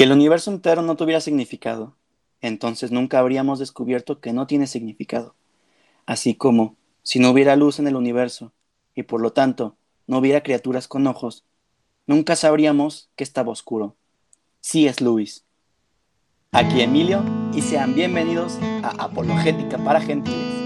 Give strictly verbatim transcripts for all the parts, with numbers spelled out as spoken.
Si el universo entero no tuviera significado, entonces nunca habríamos descubierto que no tiene significado. Así como, si no hubiera luz en el universo, y por lo tanto no hubiera criaturas con ojos, nunca sabríamos que estaba oscuro. Sí es Luis. Aquí Emilio, y sean bienvenidos a Apologética para Gentiles.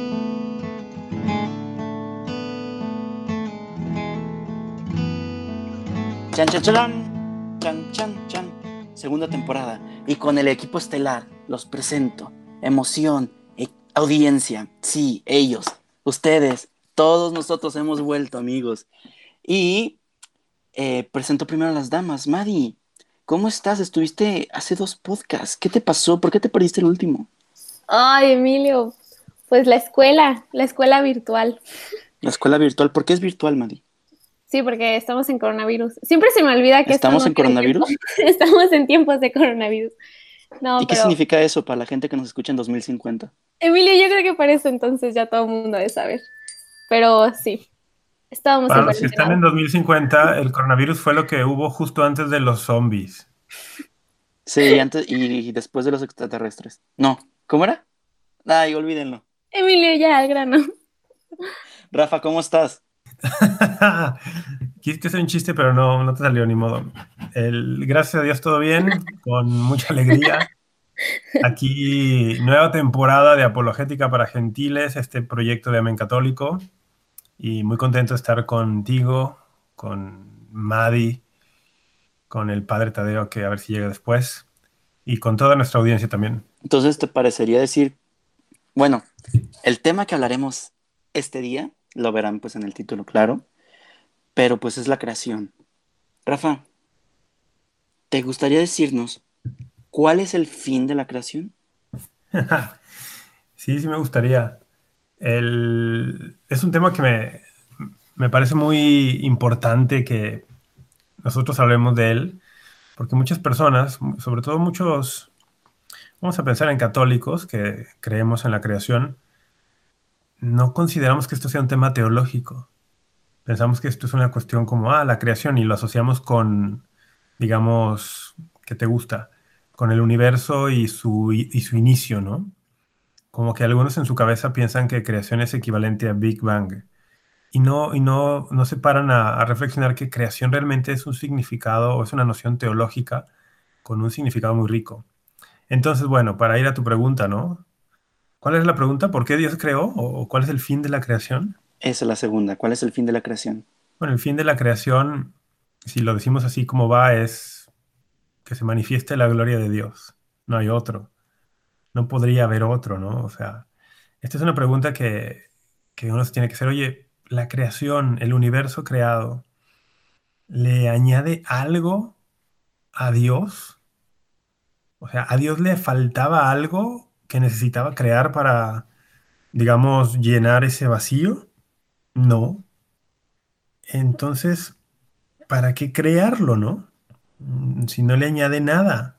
Chan, chan, chan, chan, chan, chan. Segunda temporada. Y con el equipo estelar, los presento. Emoción, e- audiencia. Sí, ellos, ustedes, todos nosotros hemos vuelto, amigos. Y eh, presento primero a las damas. Madi, ¿cómo estás? Estuviste hace dos podcasts. ¿Qué te pasó? ¿Por qué te perdiste el último? Ay, Emilio, pues la escuela, la escuela virtual. La escuela virtual. ¿Por qué es virtual, Madi? Sí, porque estamos en coronavirus. Siempre se me olvida que esto ¿Estamos no en tiene tiempo. coronavirus? Estamos en tiempos de coronavirus. No, ¿Y qué pero significa eso para la gente que nos escucha en dos mil cincuenta? Emilio, yo creo que para eso entonces ya todo el mundo debe saber. Pero sí, estábamos Para en los que están cuarentena. en dos mil cincuenta, el coronavirus fue lo que hubo justo antes de los zombies. Sí, antes y después de los extraterrestres. No, ¿cómo era? Ay, olvídenlo. Emilio, ya al grano. Rafa, ¿cómo estás? Quisiste hacer un chiste, pero no, no te salió ni modo. El, gracias a Dios todo bien, con mucha alegría. Aquí nueva temporada de Apologética para Gentiles, este proyecto de Amén Católico. Y muy contento de estar contigo, con Madi, con el padre Tadeo, que a ver si llega después, y con toda nuestra audiencia también. Entonces, ¿te parecería decir, bueno, el tema que hablaremos este día, lo verán pues en el título, claro, pero pues es la creación. Rafa, ¿te gustaría decirnos cuál es el fin de la creación? Sí, sí me gustaría. El, es un tema que me, me parece muy importante que nosotros hablemos de él, porque muchas personas, sobre todo muchos, vamos a pensar en católicos que creemos en la creación, no consideramos que esto sea un tema teológico. Pensamos que esto es una cuestión como, ah, la creación, y lo asociamos con, digamos, ¿qué te gusta? Con el universo y su, y su inicio, ¿no? Como que algunos en su cabeza piensan que creación es equivalente a Big Bang. Y no, y no, no se paran a, a reflexionar que creación realmente es un significado o es una noción teológica con un significado muy rico. Entonces, bueno, para ir a tu pregunta, ¿no? ¿Cuál es la pregunta? ¿Por qué Dios creó? ¿O o cuál es el fin de la creación? Esa es la segunda. ¿Cuál es el fin de la creación? Bueno, el fin de la creación, si lo decimos así como va, es que se manifieste la gloria de Dios. No hay otro. No podría haber otro, ¿no? O sea, esta es una pregunta que, que uno se tiene que hacer. Oye, la creación, el universo creado, ¿le añade algo a Dios? O sea, ¿a Dios le faltaba algo que necesitaba crear para, digamos, llenar ese vacío? No. Entonces, ¿para qué crearlo, no? Mm, Si no le añade nada.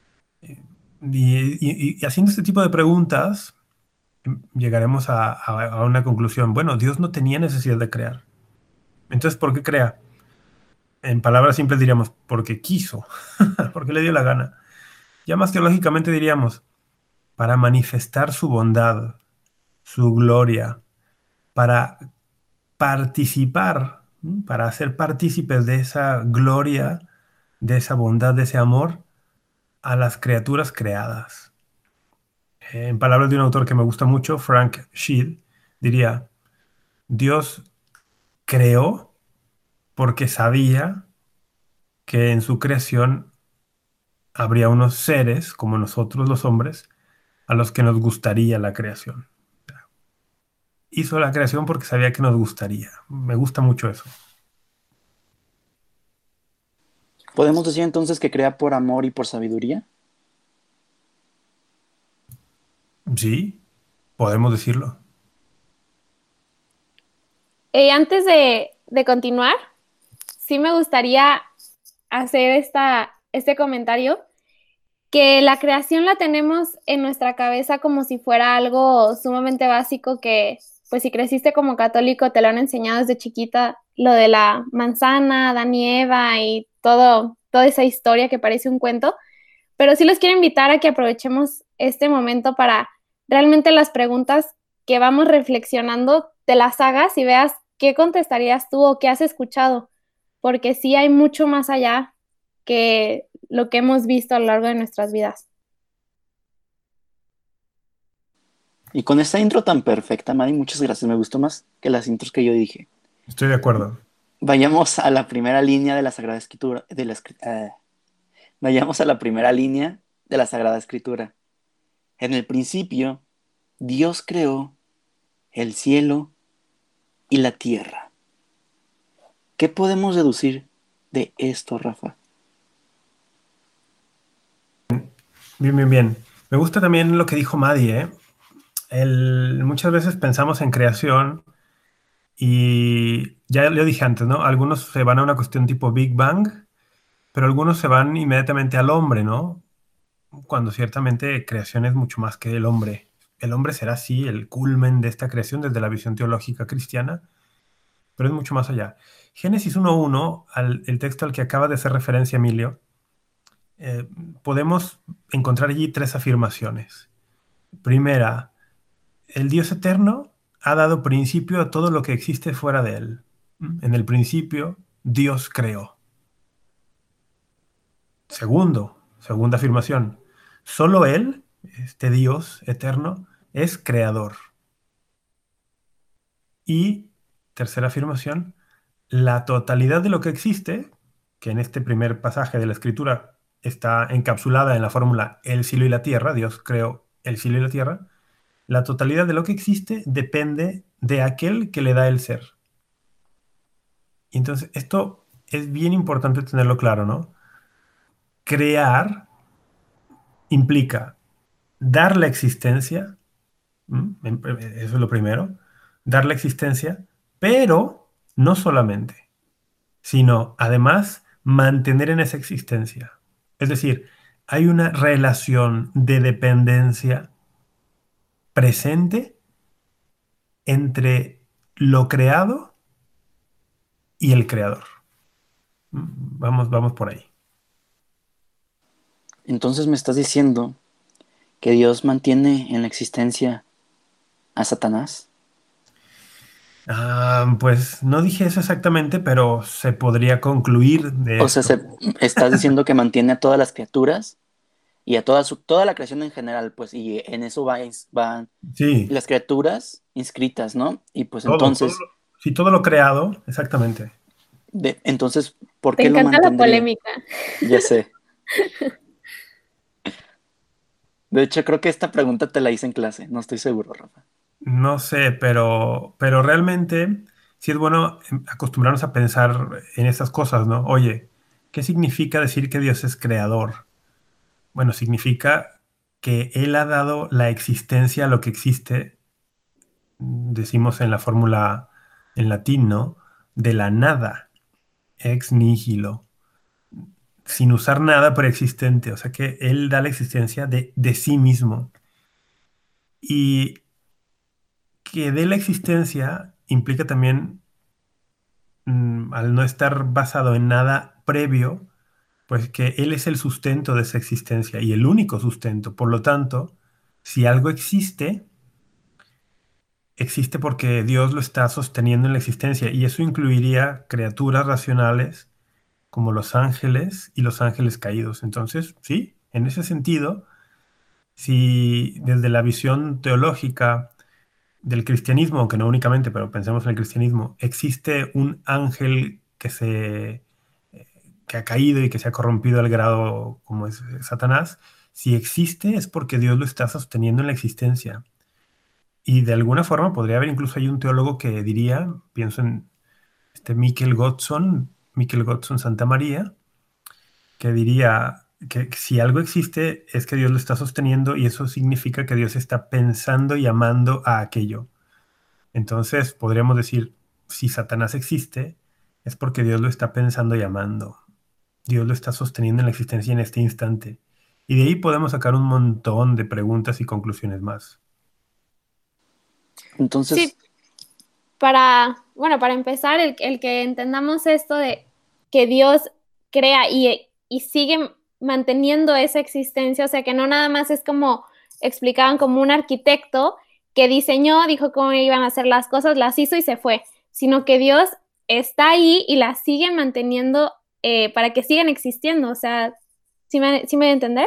Y, y- y haciendo este tipo de preguntas, mm, llegaremos a, a- a una conclusión. Bueno, Dios no tenía necesidad de crear. Entonces, ¿por qué crea? En palabras simples diríamos, porque quiso, porque le dio la gana. Ya más teológicamente diríamos, para manifestar su bondad, su gloria, para participar, ¿m? Para hacer partícipes de esa gloria, de esa bondad, de ese amor a las criaturas creadas. En palabras de un autor que me gusta mucho, Frank Sheed, diría, Dios creó porque sabía que en su creación habría unos seres, como nosotros los hombres, a los que nos gustaría la creación. Hizo la creación porque sabía que nos gustaría. Me gusta mucho eso. ¿Podemos decir entonces que crea por amor y por sabiduría? Sí, podemos decirlo. Eh, antes de, de continuar, sí me gustaría hacer esta, este comentario, que la creación la tenemos en nuestra cabeza como si fuera algo sumamente básico que, pues si creciste como católico, te lo han enseñado desde chiquita, lo de la manzana, Adán y Eva y todo, toda esa historia que parece un cuento, Pero sí los quiero invitar a que aprovechemos este momento para realmente las preguntas que vamos reflexionando, te las hagas y veas qué contestarías tú o qué has escuchado, porque sí hay mucho más allá que lo que hemos visto a lo largo de nuestras vidas. Y con esta intro tan perfecta, Mari, muchas gracias. Me gustó más que las intros que yo dije. Estoy de acuerdo. Vayamos a la primera línea de la Sagrada Escritura. De la, uh, vayamos a la primera línea de la Sagrada Escritura. En el principio, Dios creó el cielo y la tierra. ¿Qué podemos deducir de esto, Rafa? Bien, bien, bien. Me gusta también lo que dijo Madi, ¿eh? El, muchas veces pensamos en creación y ya lo dije antes, ¿no? Algunos se van a una cuestión tipo Big Bang, pero algunos se van inmediatamente al hombre, ¿no? Cuando ciertamente creación es mucho más que el hombre. El hombre será, sí, el culmen de esta creación desde la visión teológica cristiana, pero es mucho más allá. Génesis uno uno, al, el texto al que acaba de hacer referencia Emilio, eh, podemos encontrar allí tres afirmaciones. Primera, el Dios eterno ha dado principio a todo lo que existe fuera de él. En el principio, Dios creó. Segundo, segunda afirmación, solo Él, este Dios eterno, es creador. Y tercera afirmación, la totalidad de lo que existe, que en este primer pasaje de la Escritura está encapsulada en la fórmula el cielo y la tierra, Dios creó el cielo y la tierra, la totalidad de lo que existe depende de aquel que le da el ser. Y entonces esto es bien importante tenerlo claro, ¿no? Crear implica dar la existencia, eso es lo primero, dar la existencia, pero no solamente, sino además mantener en esa existencia. Es decir, hay una relación de dependencia presente entre lo creado y el creador. Vamos, vamos por ahí. Entonces me estás diciendo que Dios mantiene en la existencia a Satanás. Ah, pues no dije eso exactamente, pero se podría concluir de O sea, esto. se, estás diciendo que mantiene a todas las criaturas y a toda, su, toda la creación en general, pues, y en eso va, van Sí, las criaturas inscritas, ¿no? Y pues todo, todo, entonces, lo- sí, todo lo creado, exactamente. de, entonces, ¿por Te qué lo encanta la mantendría? polémica. Ya sé. De hecho, creo que esta pregunta te la hice en clase, no estoy seguro, Rafa. No sé, pero, pero realmente sí es bueno em, acostumbrarnos a pensar en esas cosas, ¿no? Oye, ¿qué significa decir que Dios es creador? Bueno, significa que Él ha dado la existencia a lo que existe, decimos en la fórmula en latín, ¿no? De la nada, ex nihilo, sin usar nada preexistente, o sea que Él da la existencia de, de sí mismo. Y que dé la existencia implica también, mm, al no estar basado en nada previo, pues que Él es el sustento de esa existencia y el único sustento. Por lo tanto, si algo existe, existe porque Dios lo está sosteniendo en la existencia y eso incluiría criaturas racionales como los ángeles y los ángeles caídos. Entonces, sí, en ese sentido, si desde la visión teológica del cristianismo, aunque no únicamente, pero pensemos en el cristianismo, existe un ángel que se eh, que ha caído y que se ha corrompido al grado como es eh, Satanás. Si existe es porque Dios lo está sosteniendo en la existencia. Y de alguna forma podría haber incluso hay un teólogo que diría, pienso en este Michael Godson, Michael Godson Santa María, que diría que si algo existe es que Dios lo está sosteniendo y eso significa que Dios está pensando y amando a aquello. Entonces, podríamos decir, si Satanás existe, es porque Dios lo está pensando y amando. Dios lo está sosteniendo en la existencia en este instante. Y de ahí podemos sacar un montón de preguntas y conclusiones más. Entonces, Sí, para, bueno, para empezar, el, el que entendamos esto de que Dios crea y, y sigue manteniendo esa existencia, o sea, que no nada más es como explicaban como un arquitecto que diseñó, dijo cómo iban a hacer las cosas, las hizo y se fue, sino que Dios está ahí y las siguen manteniendo eh, para que sigan existiendo, o sea, ¿sí me, sí me voy a entender?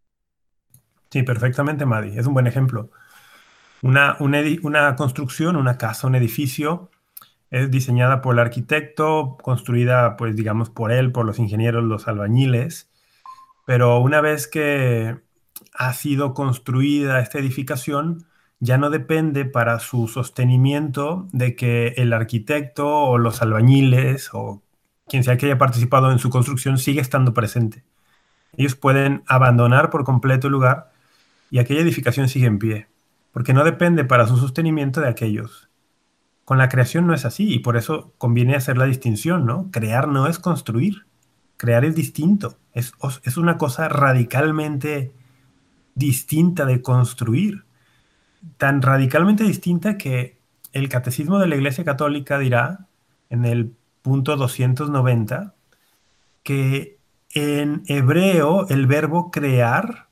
Sí, perfectamente, Madi. Es un buen ejemplo. Una, un edi- una construcción, una casa, un edificio, es diseñada por el arquitecto, construida, pues, digamos, por él, por los ingenieros, los albañiles. Pero una vez que ha sido construida esta edificación, ya no depende para su sostenimiento de que el arquitecto o los albañiles o quien sea que haya participado en su construcción siga estando presente. Ellos pueden abandonar por completo el lugar y aquella edificación sigue en pie, porque no depende para su sostenimiento de aquellos. Con la creación no es así y por eso conviene hacer la distinción, ¿no? Crear no es construir, crear es distinto, es, es una cosa radicalmente distinta de construir, tan radicalmente distinta que el Catecismo de la Iglesia Católica dirá en el punto doscientos noventa que en hebreo el verbo crear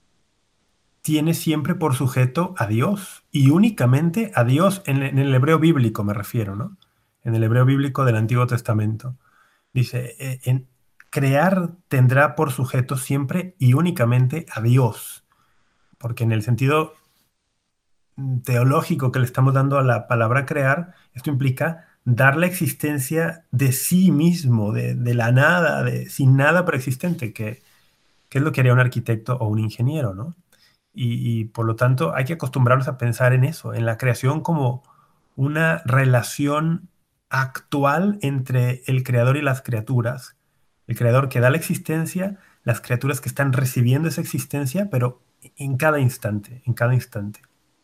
tiene siempre por sujeto a Dios y únicamente a Dios, en, en el hebreo bíblico me refiero, ¿no? En el hebreo bíblico del Antiguo Testamento. Dice, eh, en, crear tendrá por sujeto siempre y únicamente a Dios, porque en el sentido teológico que le estamos dando a la palabra crear, esto implica dar la existencia de sí mismo, de, de la nada, de, sin nada preexistente, que, que es lo que haría un arquitecto o un ingeniero, ¿no? Y, y por lo tanto hay que acostumbrarnos a pensar en eso, en la creación como una relación actual entre el creador y las criaturas. El creador que da la existencia, las criaturas que están recibiendo esa existencia, pero en cada instante, en cada instante.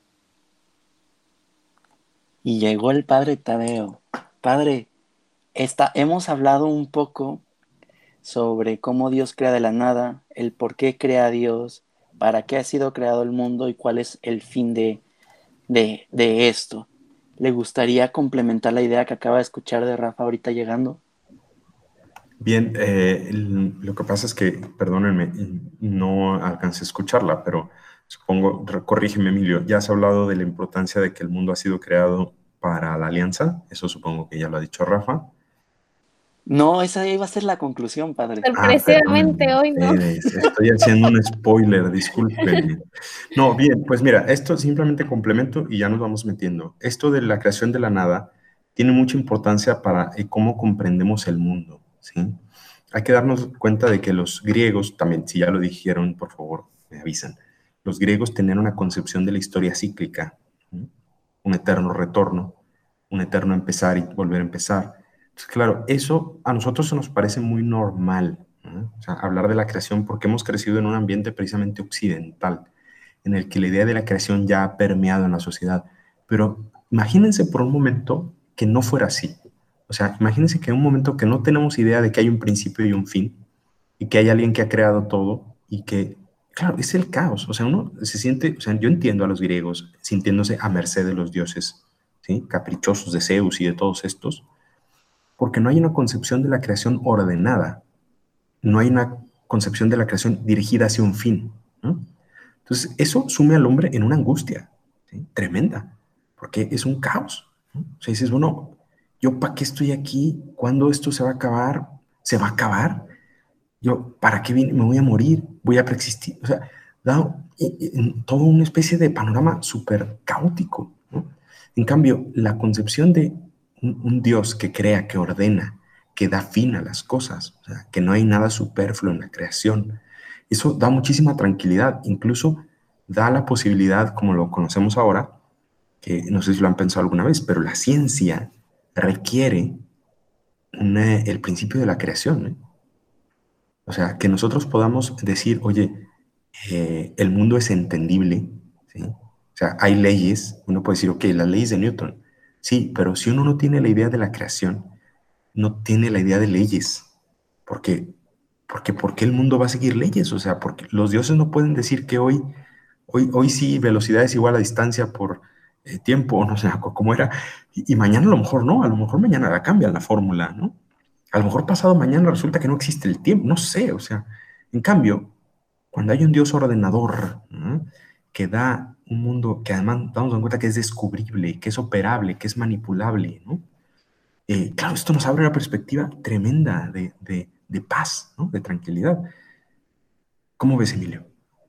Y llegó el padre Tadeo. Padre, esta, hemos hablado un poco sobre cómo Dios crea de la nada, el por qué crea Dios, para qué ha sido creado el mundo y cuál es el fin de, de, de esto. ¿Le gustaría complementar la idea que acaba de escuchar de Rafa ahorita llegando? Bien, eh, el- lo que pasa es que, perdónenme, no alcancé a escucharla, pero supongo, re- corrígeme, Emilio, ya has hablado de la importancia de que el mundo ha sido creado para la alianza, eso supongo que ya lo ha dicho Rafa. No, esa iba a ser la conclusión, padre. Ah, Sorpresivamente perdónenme hoy no. ustedes, estoy haciendo un spoiler, discúlpenme. No, bien, pues mira, esto simplemente complemento y ya nos vamos metiendo. Esto de la creación de la nada tiene mucha importancia para eh, cómo comprendemos el mundo, ¿sí? Hay que darnos cuenta de que los griegos, también, si ya lo dijeron, por favor, me avisan. Los griegos tenían una concepción de la historia cíclica, ¿sí? Un eterno retorno, un eterno empezar y volver a empezar. Entonces, claro, eso a nosotros se nos parece muy normal, ¿no? O sea, hablar de la creación porque hemos crecido en un ambiente precisamente occidental, en el que la idea de la creación ya ha permeado en la sociedad. Pero imagínense por un momento que no fuera así. O sea, imagínense que en un momento que no tenemos idea de que hay un principio y un fin, y que hay alguien que ha creado todo, y que, claro, es el caos. O sea, uno se siente, o sea, yo entiendo a los griegos sintiéndose a merced de los dioses, ¿sí? Caprichosos de Zeus y de todos estos, porque no hay una concepción de la creación ordenada, no hay una concepción de la creación dirigida hacia un fin, ¿no? Entonces, eso sume al hombre en una angustia, ¿sí? Tremenda, porque es un caos, ¿no? O sea, dices, bueno, ¿yo para qué estoy aquí? ¿Cuándo esto se va a acabar? ¿Se va a acabar? ¿Yo para qué vine? ¿Me voy a morir? ¿Voy a preexistir? O sea, da todo una especie de panorama súper caótico, ¿no? En cambio, la concepción de un, un Dios que crea, que ordena, que da fin a las cosas, o sea, que no hay nada superfluo en la creación, eso da muchísima tranquilidad, incluso da la posibilidad, como lo conocemos ahora, que no sé si lo han pensado alguna vez, pero la ciencia requiere una, el principio de la creación, ¿eh? O sea, que nosotros podamos decir, oye, eh, el mundo es entendible, ¿sí? O sea, hay leyes, uno puede decir, ok, las leyes de Newton, sí, pero si uno no tiene la idea de la creación, no tiene la idea de leyes, porque, porque ¿por qué el mundo va a seguir leyes? O sea, porque los dioses no pueden decir que hoy, hoy, hoy sí velocidad es igual a distancia por eh, tiempo, no sé, cómo era, y, y mañana a lo mejor no, a lo mejor mañana la cambian la fórmula, ¿no? A lo mejor pasado mañana resulta que no existe el tiempo, no sé, o sea, En cambio, cuando hay un Dios ordenador, ¿no?, que da un mundo que además damos en cuenta que es descubrible, que es operable, que es manipulable, ¿no? Eh, claro, esto nos abre una perspectiva tremenda de, de, de paz, ¿no?, de tranquilidad. ¿Cómo ves, Emilio?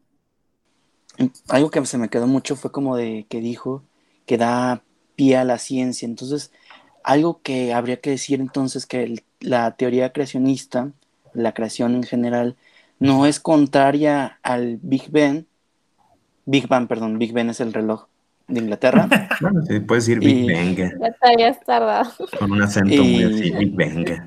Algo que se me quedó mucho fue como de que dijo que da pie a la ciencia. Entonces, algo que habría que decir entonces que el- la teoría creacionista, la creación en general, no es contraria al Big Bang, Big Bang, perdón, Big Ben es el reloj de Inglaterra, Bueno, se puede decir Big y, Bang, Ya te habías tardado. con un acento muy así, y, Big Bang.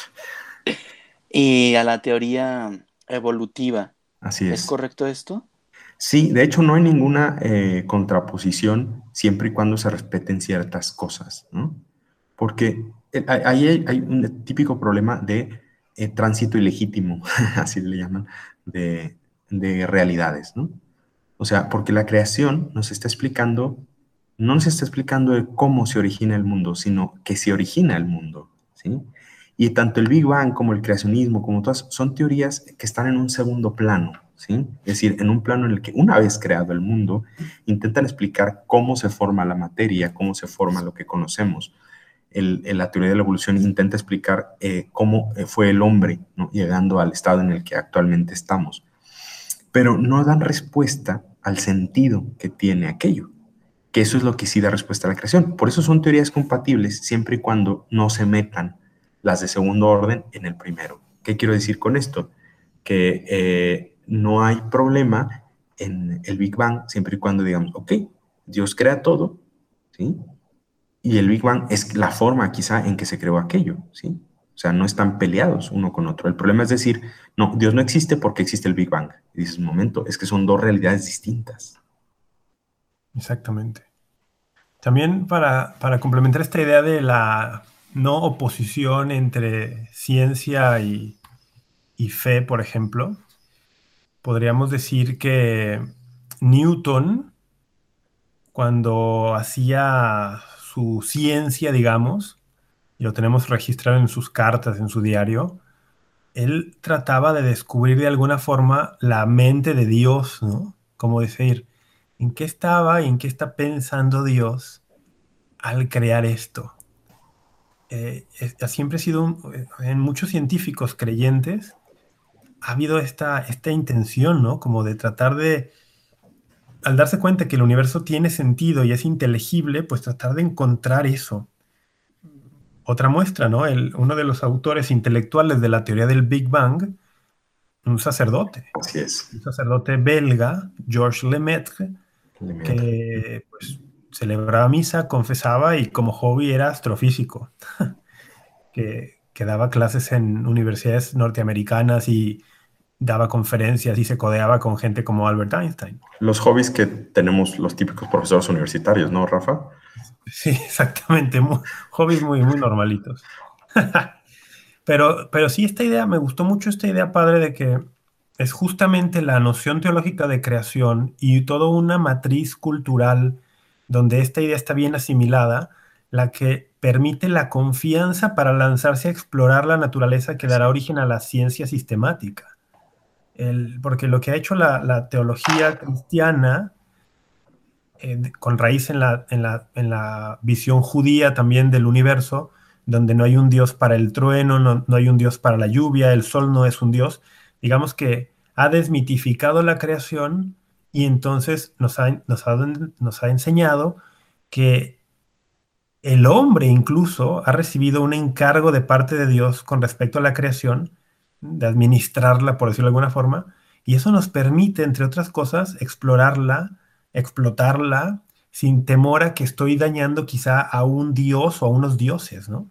y a la teoría evolutiva. Así ¿Es es. correcto esto? Sí, de hecho no hay ninguna eh, contraposición siempre y cuando se respeten ciertas cosas, ¿no? Porque eh, ahí hay, hay un típico problema de eh, tránsito ilegítimo, así le llaman, de, de realidades, ¿no? O sea, porque la creación nos está explicando, no nos está explicando de cómo se origina el mundo, sino que se origina el mundo, ¿sí? Y tanto el Big Bang como el creacionismo, como todas, son teorías que están en un segundo plano, ¿sí? Es decir, en un plano en el que una vez creado el mundo, intentan explicar cómo se forma la materia, cómo se forma lo que conocemos. El, el, la teoría de la evolución intenta explicar eh, cómo fue el hombre, ¿no?, llegando al estado en el que actualmente estamos, pero no dan respuesta al sentido que tiene aquello, que eso es lo que sí da respuesta a la creación. Por eso son teorías compatibles siempre y cuando no se metan las de segundo orden en el primero. ¿Qué quiero decir con esto? Que eh, no hay problema en el Big Bang siempre y cuando digamos, ok, Dios crea todo, ¿sí? Y el Big Bang es la forma quizá en que se creó aquello, ¿sí? O sea, no están peleados uno con otro. El problema es decir, no, Dios no existe porque existe el Big Bang. Y dices, un momento, es que son dos realidades distintas. Exactamente. También para, para complementar esta idea de la no oposición entre ciencia y, y fe, por ejemplo, podríamos decir que Newton, cuando hacía su ciencia, digamos, y lo tenemos registrado en sus cartas, en su diario, él trataba de descubrir de alguna forma la mente de Dios, ¿no? Como decir, ¿en qué estaba y en qué está pensando Dios al crear esto? Eh, es- siempre ha sido, un- eh, en muchos científicos creyentes, ha habido esta, esta intención, ¿no? Como de tratar de, al darse cuenta que el universo tiene sentido y es inteligible, pues tratar de encontrar eso. Otra muestra, ¿no? El, uno de los autores intelectuales de la teoría del Big Bang, un sacerdote, Así es. un sacerdote belga, Georges Lemaitre, Lemaitre. que pues celebraba misa, confesaba y como hobby era astrofísico, que, que daba clases en universidades norteamericanas y daba conferencias y se codeaba con gente como Albert Einstein. Los hobbies que tenemos los típicos profesores universitarios, ¿no, Rafa? Sí, exactamente, muy, hobbies muy, muy normalitos. Pero, pero sí, esta idea, me gustó mucho esta idea, padre, de que es justamente la noción teológica de creación y toda una matriz cultural donde esta idea está bien asimilada, la que permite la confianza para lanzarse a explorar la naturaleza que dará origen a la ciencia sistemática. El, porque lo que ha hecho la, la teología cristiana, eh, con raíz en la, en, la, en la visión judía también del universo, donde no hay un Dios para el trueno, no, no hay un Dios para la lluvia, el sol no es un Dios, digamos que ha desmitificado la creación y entonces nos ha, nos ha, nos ha enseñado que el hombre incluso ha recibido un encargo de parte de Dios con respecto a la creación, de administrarla, por decirlo de alguna forma, y eso nos permite, entre otras cosas, explorarla, explotarla, sin temor a que estoy dañando quizá a un dios o a unos dioses, ¿no?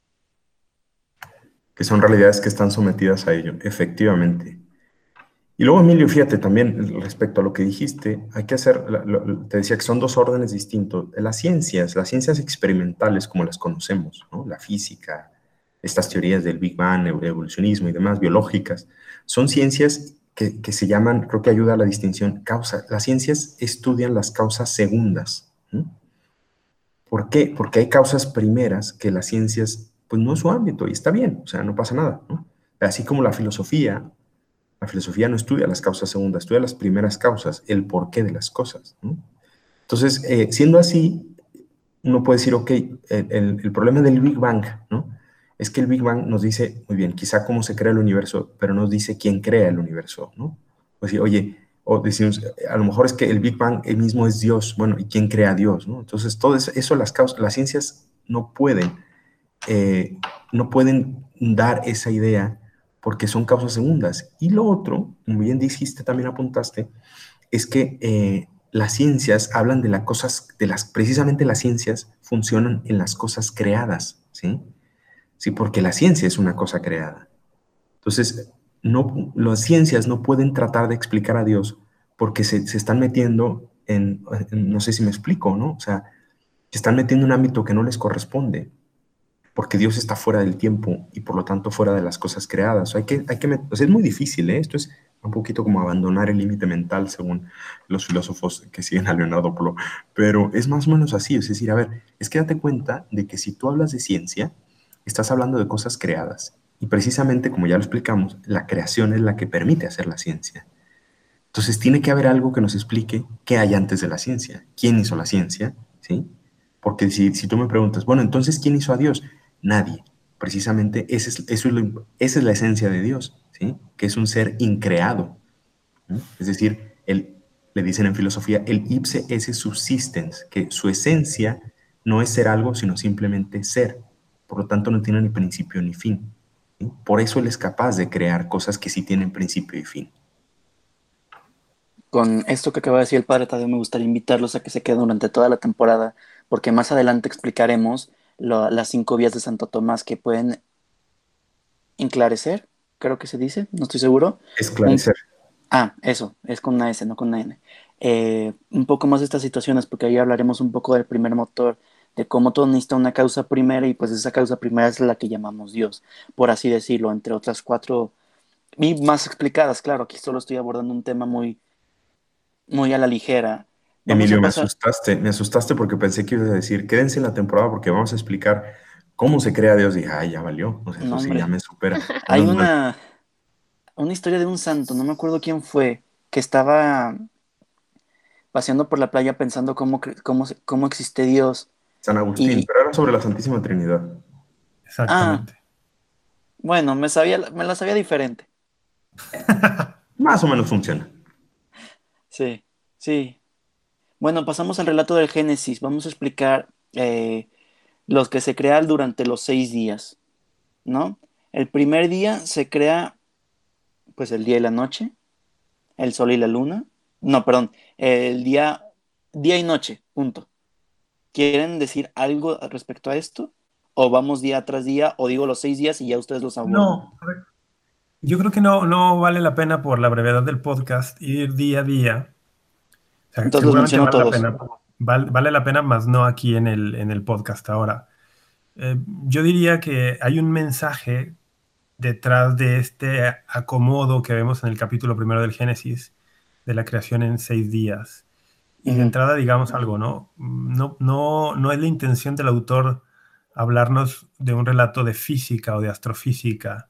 Que son realidades que están sometidas a ello, efectivamente. Y luego, Emilio, fíjate también respecto a lo que dijiste, hay que hacer, lo, te decía que son dos órdenes distintos. Las ciencias, las ciencias experimentales como las conocemos, ¿no?, la física, estas teorías del Big Bang, el evolucionismo y demás, biológicas, son ciencias que, que se llaman, creo que ayuda a la distinción, causa. Las ciencias estudian las causas segundas, ¿no? ¿Por qué? Porque hay causas primeras que las ciencias, pues no es su ámbito y está bien, o sea, no pasa nada, ¿no? Así como la filosofía La filosofía no estudia las causas segundas, estudia las primeras causas, el porqué de las cosas, ¿no? Entonces, eh, siendo así, uno puede decir, ok, el, el, el problema del Big Bang, ¿no? Es que el Big Bang nos dice, muy bien, quizá cómo se crea el universo, pero nos dice quién crea el universo, ¿no? O decir, oye, o decimos, a lo mejor es que el Big Bang él mismo es Dios, bueno, ¿y quién crea a Dios, no? Entonces, todo eso, eso las, causas, las ciencias no pueden, eh, no pueden dar esa idea porque son causas segundas. Y lo otro, como bien dijiste, también apuntaste, es que eh, las ciencias hablan de las cosas, de las, precisamente las ciencias funcionan en las cosas creadas, ¿sí? Sí, porque la ciencia es una cosa creada. Entonces, no, las ciencias no pueden tratar de explicar a Dios porque se, se están metiendo en, en, no sé si me explico, ¿no? O sea, se están metiendo en un ámbito que no les corresponde, porque Dios está fuera del tiempo y por lo tanto fuera de las cosas creadas. O sea, hay que, hay que met- o sea, es muy difícil, ¿eh? Esto es un poquito como abandonar el límite mental según los filósofos que siguen a Leonardo Polo, pero es más o menos así, es decir, a ver, es que date cuenta de que si tú hablas de ciencia, estás hablando de cosas creadas y precisamente, como ya lo explicamos, la creación es la que permite hacer la ciencia. Entonces tiene que haber algo que nos explique qué hay antes de la ciencia, quién hizo la ciencia, ¿sí? Porque si, si tú me preguntas, bueno, entonces, ¿quién hizo a Dios? Nadie. Precisamente ese es, eso es lo- esa es la esencia de Dios, ¿sí? Que es un ser increado, ¿no? Es decir, el, le dicen en filosofía, el ipse esse subsistens, que su esencia no es ser algo, sino simplemente ser. Por lo tanto, no tiene ni principio ni fin, ¿sí? Por eso él es capaz de crear cosas que sí tienen principio y fin. Con esto que acaba de decir el padre Tadeo, me gustaría invitarlos a que se queden durante toda la temporada, porque más adelante explicaremos lo- las cinco vías de Santo Tomás que pueden enclarecer, creo que se dice, no estoy seguro. Un, Esclarecer. ah, eso, es con una S, no con una N. Eh, un poco más de estas situaciones, porque ahí hablaremos un poco del primer motor, de cómo todo necesita una causa primera y pues esa causa primera es la que llamamos Dios, por así decirlo, entre otras cuatro y más explicadas, claro, aquí solo estoy abordando un tema muy, muy a la ligera. Vamos a Emilio, me pasar. asustaste, me asustaste porque pensé que ibas a decir, quédense en la temporada porque vamos a explicar cómo se crea Dios. Y dije, ay, ya valió. O sea, No, eso sí, ya hombre. me supera. Hay Menos mal. una, una historia de un santo, no me acuerdo quién fue, que estaba paseando por la playa pensando cómo, cre- cómo, se- cómo existe Dios. San Agustín, Y, pero era sobre la Santísima Trinidad. ah, Exactamente. bueno, me sabía, me la sabía diferente. Más o menos funciona. Sí, sí. Bueno, pasamos al relato del Génesis. Vamos a explicar eh, los que se crean durante los seis días, ¿no? El primer día se crea, pues, el día y la noche, el sol y la luna. No, perdón, el día, día y noche, punto. ¿Quieren decir algo respecto a esto? ¿O vamos día tras día? ¿O digo los seis días y ya ustedes los abordan? No, yo creo que no, no vale la pena por la brevedad del podcast ir día a día. O sea, Entonces los seguramente menciono vale la todos. pena, val- vale la pena, más no aquí en el, en el podcast ahora. Eh, yo diría que hay un mensaje detrás de este acomodo que vemos en el capítulo primero del Génesis, de la creación en seis días. Y de Ujú. entrada, digamos algo, ¿no? No, no, no es la intención del autor hablarnos de un relato de física o de astrofísica.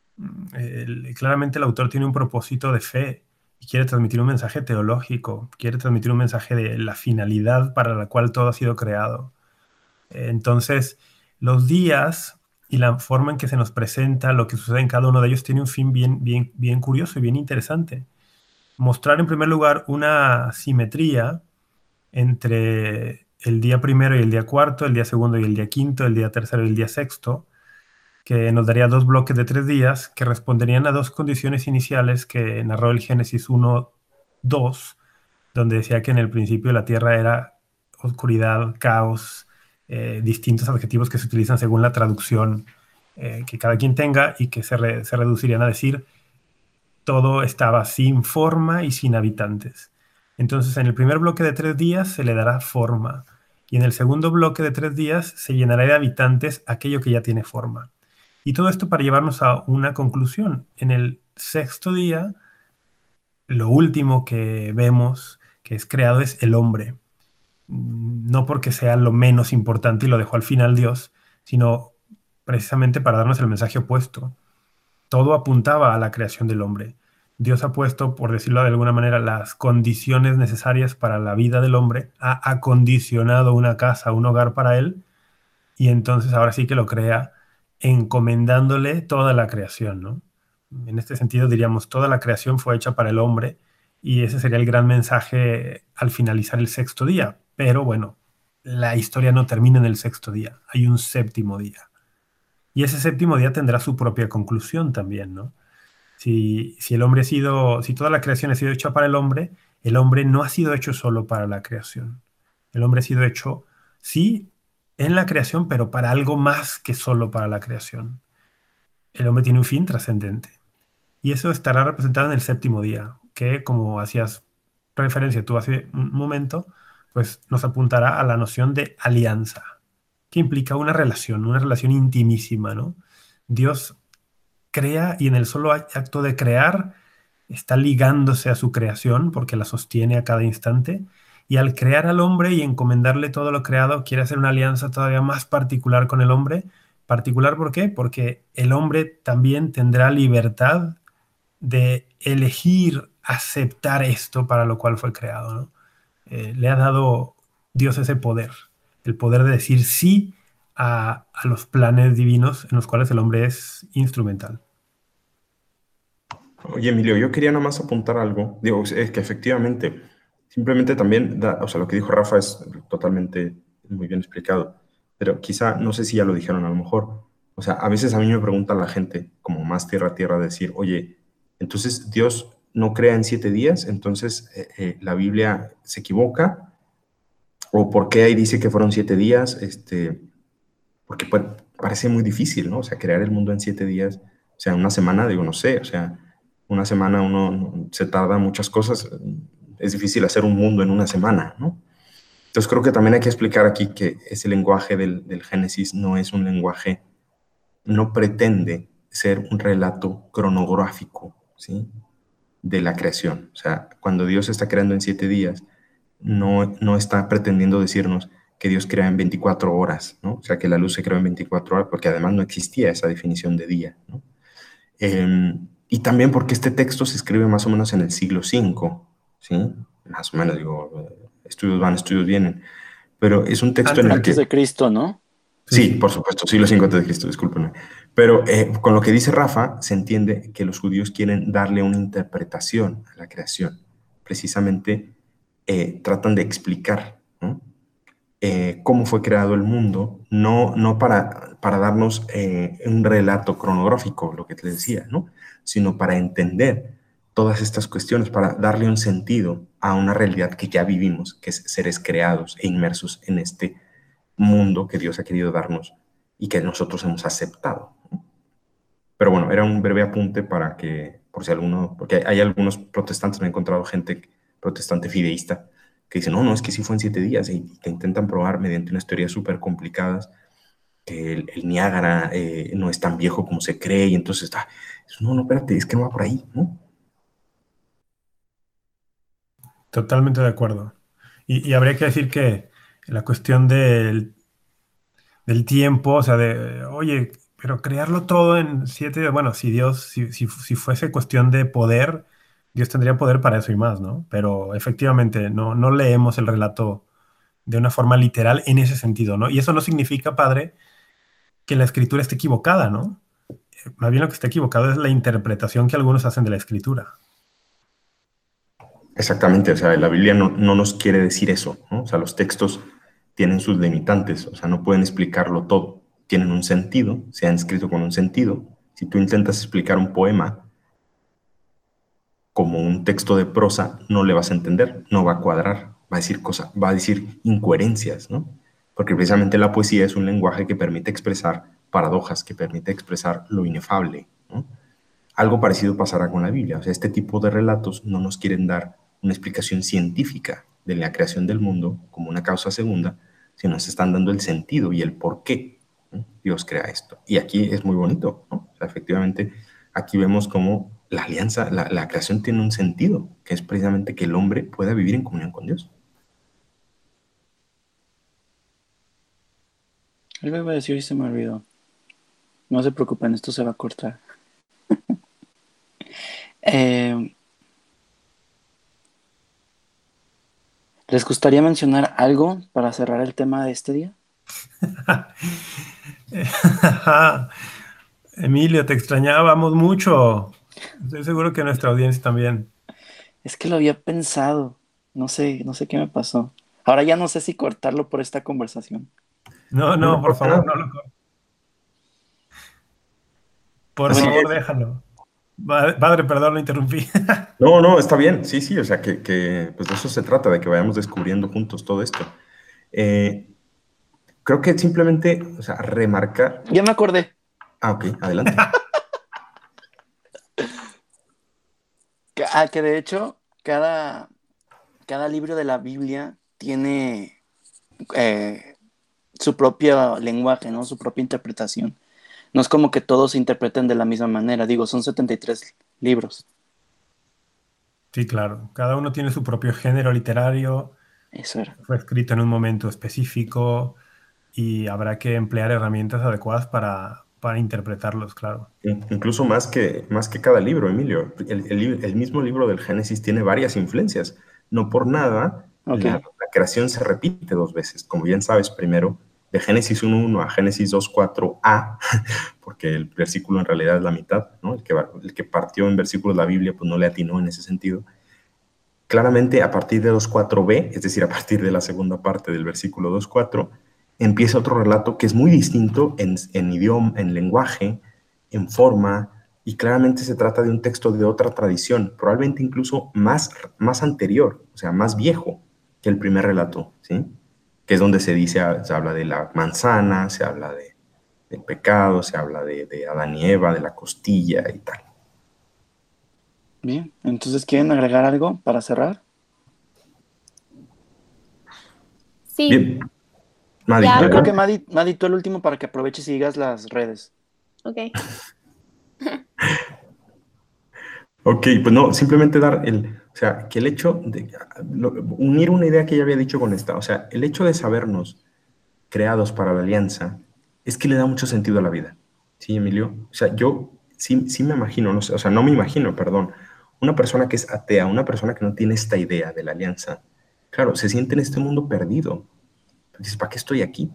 El- claramente el autor tiene un propósito de fe y quiere transmitir un mensaje teológico, quiere transmitir un mensaje de la finalidad para la cual todo ha sido creado. Entonces, los días y la forma en que se nos presenta lo que sucede en cada uno de ellos tiene un fin bien, bien, bien curioso y bien interesante. Mostrar en primer lugar una simetría entre el día primero y el día cuarto, el día segundo y el día quinto, el día tercero y el día sexto, que nos daría dos bloques de tres días que responderían a dos condiciones iniciales que narró el Génesis uno dos, donde decía que en el principio la tierra era oscuridad, caos, eh, distintos adjetivos que se utilizan según la traducción eh, que cada quien tenga y que se, re- se reducirían a decir todo estaba sin forma y sin habitantes. Entonces, en el primer bloque de tres días se le dará forma y en el segundo bloque de tres días se llenará de habitantes aquello que ya tiene forma. Y todo esto para llevarnos a una conclusión. En el sexto día, lo último que vemos que es creado es el hombre. No porque sea lo menos importante y lo dejó al final Dios, sino precisamente para darnos el mensaje opuesto. Todo apuntaba a la creación del hombre. Dios ha puesto, por decirlo de alguna manera, las condiciones necesarias para la vida del hombre, ha acondicionado una casa, un hogar para él, y entonces ahora sí que lo crea encomendándole toda la creación, ¿no? En este sentido diríamos, toda la creación fue hecha para el hombre, y ese sería el gran mensaje al finalizar el sexto día. Pero bueno, la historia no termina en el sexto día, hay un séptimo día. Y ese séptimo día tendrá su propia conclusión también, ¿no? Si, si el hombre ha sido, si toda la creación ha sido hecha para el hombre, el hombre no ha sido hecho solo para la creación. El hombre ha sido hecho, sí, en la creación, pero para algo más que solo para la creación. El hombre tiene un fin trascendente. Y eso estará representado en el séptimo día, que como hacías referencia tú hace un momento, pues nos apuntará a la noción de alianza, que implica una relación, una relación intimísima, ¿no? Dios crea y en el solo acto de crear está ligándose a su creación porque la sostiene a cada instante, y al crear al hombre y encomendarle todo lo creado quiere hacer una alianza todavía más particular con el hombre. ¿Particular por qué? Porque el hombre también tendrá libertad de elegir aceptar esto para lo cual fue creado, ¿no? Eh, le ha dado Dios ese poder, el poder de decir sí a, a los planes divinos en los cuales el hombre es instrumental. Oye, Emilio, yo quería nada más apuntar algo. Digo, es que efectivamente, simplemente también, da, o sea, lo que dijo Rafa es totalmente muy bien explicado, pero quizá, no sé si ya lo dijeron a lo mejor, o sea, a veces a mí me pregunta la gente, como más tierra a tierra, decir, oye, entonces Dios no crea en siete días, entonces eh, eh, la Biblia se equivoca, o por qué ahí dice que fueron siete días, este, porque pues, parece muy difícil, ¿no? O sea, crear el mundo en siete días, o sea, una semana, digo, no sé, o sea, una semana uno no- se tarda muchas cosas, es difícil hacer un mundo en una semana, ¿no? Entonces creo que también hay que explicar aquí que ese lenguaje del, del Génesis no es un lenguaje, no pretende ser un relato cronográfico, ¿sí? De la creación. O sea, cuando Dios está creando en siete días, no, no está pretendiendo decirnos que Dios crea en veinticuatro horas, ¿no? O sea, que la luz se creó en veinticuatro horas, porque además no existía esa definición de día, ¿no? Eh, y también porque este texto se escribe más o menos en el siglo cinco, ¿sí? Más o menos, digo, eh, estudios van, estudios vienen, pero es un texto Antes en de el Antes que, de Cristo, ¿no? Sí, sí, sí. por supuesto, siglo cinco antes de Cristo, discúlpenme, pero eh, con lo que dice Rafa, se entiende que los judíos quieren darle una interpretación a la creación, precisamente eh, tratan de explicar, ¿no? Eh, cómo fue creado el mundo, no, no para, para darnos eh, un relato cronográfico, lo que te decía, ¿no? Sino para entender todas estas cuestiones, para darle un sentido a una realidad que ya vivimos, que es seres creados e inmersos en este mundo que Dios ha querido darnos y que nosotros hemos aceptado, ¿no? Pero bueno, era un breve apunte para que, por si alguno, porque hay, hay algunos protestantes, me he encontrado gente protestante fideísta que dice, no, no, es que sí fue en siete días y te intentan probar mediante unas teorías súper complicadas que el, el Niágara eh, no es tan viejo como se cree y entonces está, no, no, espérate, es que no va por ahí, ¿no? Totalmente de acuerdo. Y, y habría que decir que la cuestión del, del tiempo, o sea, de, oye, pero crearlo todo en siete, bueno, si Dios, si, si, si fuese cuestión de poder, Dios tendría poder para eso y más, ¿no? Pero efectivamente, no, no leemos el relato de una forma literal en ese sentido, ¿no? Y eso no significa, padre, que la escritura esté equivocada, ¿no? Más bien lo que está equivocado es la interpretación que algunos hacen de la escritura. Exactamente, o sea, la Biblia no, no nos quiere decir eso, ¿no? O sea, los textos tienen sus limitantes, o sea, no pueden explicarlo todo, tienen un sentido, se han escrito con un sentido. Si tú intentas explicar un poema como un texto de prosa, no le vas a entender, no va a cuadrar, va a decir cosas, va a decir incoherencias, ¿no? Porque precisamente la poesía es un lenguaje que permite expresar paradojas, que permite expresar lo inefable, ¿no? Algo parecido pasará con la Biblia, o sea, este tipo de relatos no nos quieren dar una explicación científica de la creación del mundo como una causa segunda, sino nos están dando el sentido y el por qué, ¿no? Dios crea esto. Y aquí es muy bonito, ¿no? O sea, efectivamente, aquí vemos cómo la alianza, la, la creación tiene un sentido, que es precisamente que el hombre pueda vivir en comunión con Dios. Algo iba a decir y se me olvidó. No se preocupen, esto se va a cortar. Eh, ¿Les gustaría mencionar algo para cerrar el tema de este día? Emilio, te extrañábamos mucho. Estoy seguro que nuestra audiencia también. Es que lo había pensado. No sé, no sé qué me pasó. Ahora ya no sé si cortarlo por esta conversación. No, No, no, no por pasa favor, nada. no lo cortes. Por Así favor, es. déjalo. Va- Padre, perdón, lo interrumpí. No, no, está bien. Sí, sí, o sea, que, que, pues de eso se trata, de que vayamos descubriendo juntos todo esto. Eh, creo que simplemente, o sea, remarcar. Ya me acordé. Ah, ok, adelante. Que, ah, que de hecho, cada, cada libro de la Biblia tiene eh, su propio lenguaje, ¿no? Su propia interpretación. No es como que todos se interpreten de la misma manera. Digo, son setenta y tres libros. Sí, claro. Cada uno tiene su propio género literario, Eso era. fue escrito en un momento específico y habrá que emplear herramientas adecuadas para, para interpretarlos, claro. In- Incluso más que, más que cada libro, Emilio. El, el lib- el mismo libro del Génesis tiene varias influencias. No por nada, Ok. la, la creación se repite dos veces. Como bien sabes, primero, de Génesis uno uno a Génesis dos cuatro a, porque el versículo en realidad es la mitad, ¿no? El que, va- el que partió en versículos de la Biblia, pues no le atinó en ese sentido. Claramente, a partir de dos cuatro b, es decir, a partir de la segunda parte del versículo dos cuatro, empieza otro relato que es muy distinto en, en idioma, en lenguaje, en forma, y claramente se trata de un texto de otra tradición, probablemente incluso más, más anterior, o sea, más viejo que el primer relato, ¿sí? Que es donde se dice, se habla de la manzana, se habla de, del pecado, se habla de, de Adán y Eva, de la costilla y tal. Bien. Entonces, ¿quieren agregar algo para cerrar? Sí, Bien, Madi, ya, Yo creo que adelante. Madi, Madi, tú el último para que aproveches y digas las redes. ok. Ok, pues no, simplemente dar el, o sea, que el hecho de lo- unir una idea que ya había dicho con esta, o sea, el hecho de sabernos creados para la alianza es que le da mucho sentido a la vida. ¿Sí, Emilio? O sea, yo sí, sí me imagino, no sé, o sea, no me imagino, perdón, una persona que es atea, una persona que no tiene esta idea de la alianza, claro, se siente en este mundo perdido. Dices, ¿para qué estoy aquí?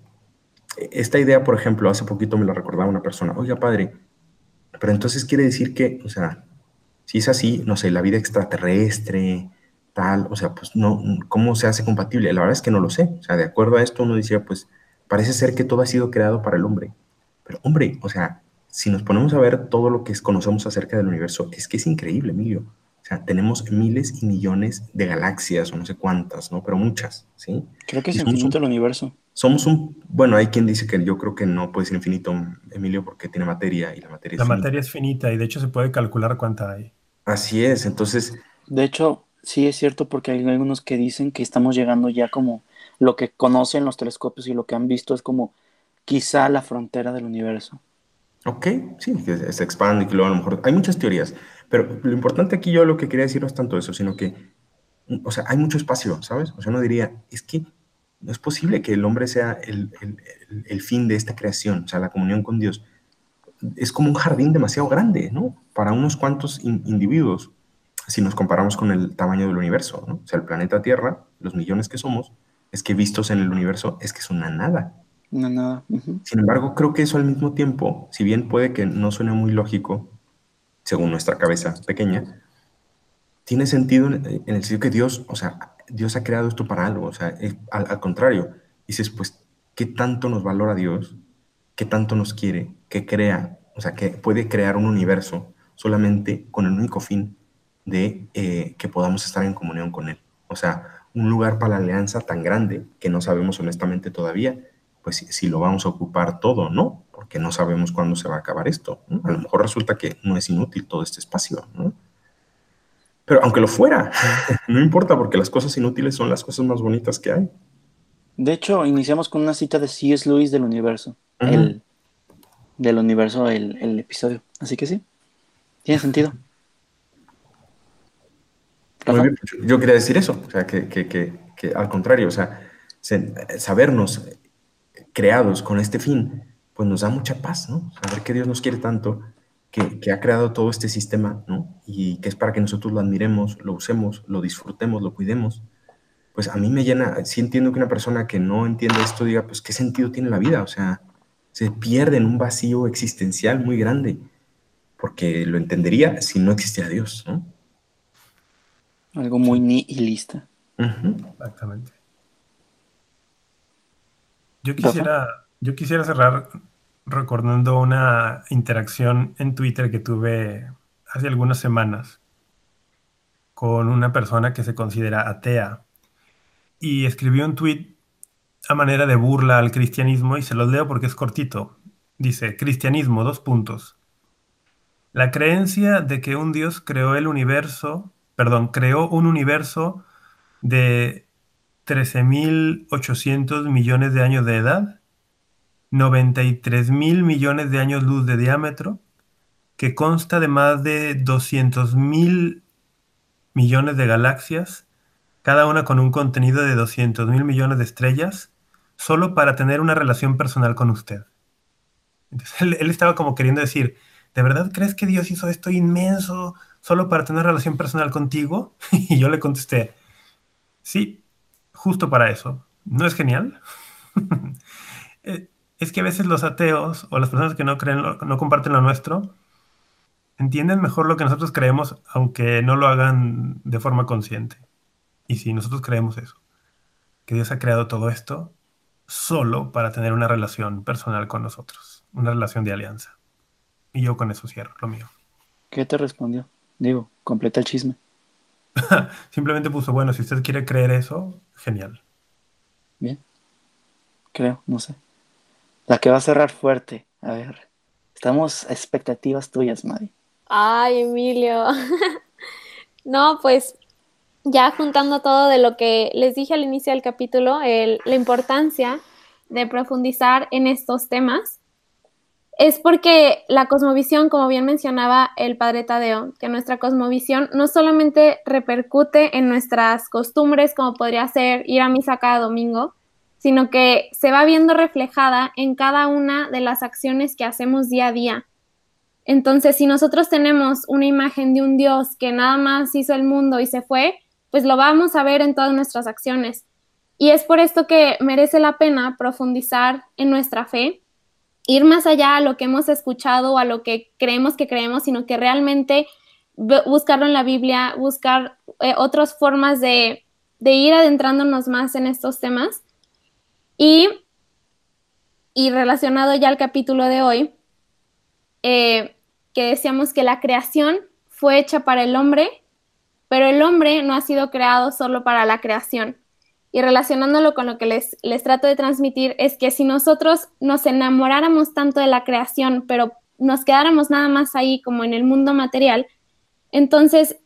Esta idea, por ejemplo, hace poquito me la recordaba una persona, oiga, padre, pero entonces quiere decir que, o sea, si es así, no sé, la vida extraterrestre, tal, o sea, pues no, ¿cómo se hace compatible? La verdad es que no lo sé. O sea, de acuerdo a esto uno decía, pues parece ser que todo ha sido creado para el hombre. Pero hombre, o sea, si nos ponemos a ver todo lo que es- conocemos acerca del universo, es que es increíble, Emilio. O sea, tenemos miles y millones de galaxias, o no sé cuántas, ¿no? Pero muchas, ¿sí? Creo que Y es somos infinito un, el universo. somos un, bueno, hay quien dice que yo creo que no puede ser infinito, Emilio, porque tiene materia y la materia es La finita. materia es finita y de hecho se puede calcular cuánta hay. Así es, entonces De hecho, sí es cierto porque hay algunos que dicen que estamos llegando ya como lo que conocen los telescopios y lo que han visto es como quizá la frontera del universo. ok, sí, que se expande y que luego a lo mejor hay muchas teorías, pero lo importante aquí yo lo que quería decir no es tanto eso, sino que, o sea, hay mucho espacio, ¿sabes? O sea, uno diría, es que no es posible que el hombre sea el, el- el- el fin de esta creación, o sea, la comunión con Dios. Es como un jardín demasiado grande, ¿no? Para unos cuantos in- individuos, si nos comparamos con el tamaño del universo, ¿no? O sea, el planeta Tierra, los millones que somos, es que vistos en el universo, es que es una nada. No, nada. Ujú. Sin embargo, creo que eso al mismo tiempo, si bien puede que no suene muy lógico, según nuestra cabeza pequeña, tiene sentido en, en el sentido que Dios, o sea, Dios ha creado esto para algo, o sea, es- al, al contrario, dices, pues, ¿qué tanto nos valora Dios? ¿Qué tanto nos quiere? Que crea, o sea, que puede crear un universo solamente con el único fin de eh, que podamos estar en comunión con Él. O sea, un lugar para la alianza tan grande que no sabemos honestamente todavía, pues si, si lo vamos a ocupar todo, ¿no? Porque no sabemos cuándo se va a acabar esto, ¿no? A lo mejor resulta que no es inútil todo este espacio, ¿no? Pero aunque lo fuera, no importa porque las cosas inútiles son las cosas más bonitas que hay. De hecho, iniciamos con una cita de C S. Lewis del universo. Ujú. El del universo, el, el episodio. Así que sí, tiene sentido. Muy Rafa, bien, pues yo, yo quería decir eso, o sea, que, que, que, que al contrario, o sea, se- sabernos creados con este fin, pues nos da mucha paz, ¿no? Saber que Dios nos quiere tanto, que, que ha creado todo este sistema, ¿no? Y que es para que nosotros lo admiremos, lo usemos, lo disfrutemos, lo cuidemos. Pues a mí me llena, sí entiendo que una persona que no entiende esto diga, pues, ¿qué sentido tiene la vida? O sea, se pierde en un vacío existencial muy grande, porque lo entendería si no existiera Dios, ¿no? Algo muy nihilista. Ujú. Exactamente. Yo Rafa. quisiera, yo quisiera cerrar recordando una interacción en Twitter que tuve hace algunas semanas con una persona que se considera atea y escribió un tweet a manera de burla al cristianismo y se los leo porque es cortito. Dice, cristianismo, dos puntos. La creencia de que un Dios creó el universo, perdón, creó un universo de trece mil ochocientos millones de años de edad, noventa y tres mil millones de años luz de diámetro, que consta de más de doscientos mil millones de galaxias, cada una con un contenido de doscientos mil millones de estrellas, solo para tener una relación personal con usted. Entonces, él, él estaba como queriendo decir, ¿de verdad crees que Dios hizo esto inmenso solo para tener una relación personal contigo? Y yo le contesté, sí, justo para eso. ¿No es genial? Eh, es que a veces los ateos o las personas que no creen, lo- no comparten lo nuestro, entienden mejor lo que nosotros creemos, aunque no lo hagan de forma consciente. Y si nosotros creemos eso, que Dios ha creado todo esto solo para tener una relación personal con nosotros, una relación de alianza. Y yo con eso cierro lo mío. ¿Qué te respondió? Digo, completa el chisme. Simplemente puso, bueno, si usted quiere creer eso, genial. Bien, creo, no sé. La que va a cerrar fuerte. A ver, estamos a expectativas tuyas, Mari. Ay, Emilio. No, pues ya juntando todo de lo que les dije al inicio del capítulo, el- la importancia de profundizar en estos temas, es porque la cosmovisión, como bien mencionaba el padre Tadeo, que nuestra cosmovisión no solamente repercute en nuestras costumbres, como podría ser ir a misa cada domingo, sino que se va viendo reflejada en cada una de las acciones que hacemos día a día. Entonces, si nosotros tenemos una imagen de un Dios que nada más hizo el mundo y se fue, pues lo vamos a ver en todas nuestras acciones. Y es por esto que merece la pena profundizar en nuestra fe, ir más allá a lo que hemos escuchado o a lo que creemos que creemos, sino que realmente buscarlo en la Biblia, buscar eh, otras formas de, de ir adentrándonos más en estos temas. Y, y relacionado ya al capítulo de hoy, eh, que decíamos que la creación fue hecha para el hombre, pero el hombre no ha sido creado solo para la creación. Y relacionándolo con lo que les, les trato de transmitir, es que si nosotros nos enamoráramos tanto de la creación, pero nos quedáramos nada más ahí como en el mundo material, entonces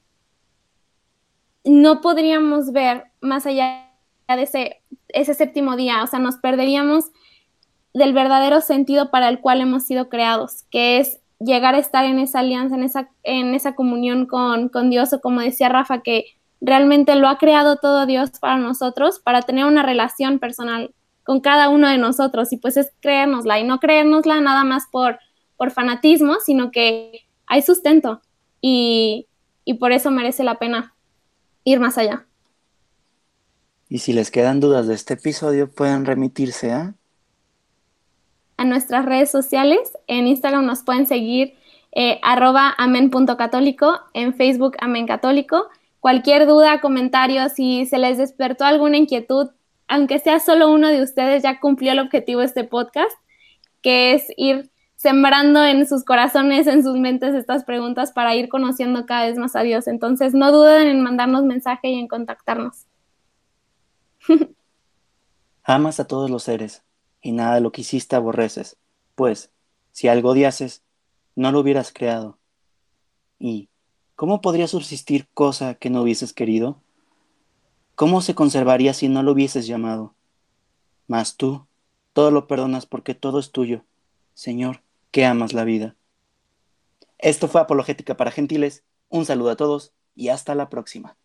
no podríamos ver más allá de ese, ese séptimo día, o sea, nos perderíamos del verdadero sentido para el cual hemos sido creados, que es llegar a estar en esa alianza, en esa, en esa comunión con, con Dios, o como decía Rafa, que realmente lo ha creado todo Dios para nosotros, para tener una relación personal con cada uno de nosotros, y pues es creérnosla, y no creérnosla nada más por, por fanatismo, sino que hay sustento, y, y por eso merece la pena ir más allá. Y si les quedan dudas de este episodio, pueden remitirse a... a nuestras redes sociales. En Instagram nos pueden seguir eh, arroba amen.católico, en Facebook Amen Católico. Cualquier duda, comentario, si se les despertó alguna inquietud, aunque sea solo uno de ustedes, ya cumplió el objetivo de este podcast, que es ir sembrando en sus corazones, en sus mentes estas preguntas para ir conociendo cada vez más a Dios. Entonces, no duden en mandarnos mensaje y en contactarnos. Amas a todos los seres, y nada de lo que hiciste aborreces, pues, si algo odiases, no lo hubieras creado. ¿Y cómo podría subsistir cosa que no hubieses querido? ¿Cómo se conservaría si no lo hubieses llamado? Mas tú, todo lo perdonas porque todo es tuyo, Señor, que amas la vida. Esto fue Apologética para Gentiles. Un saludo a todos y hasta la próxima.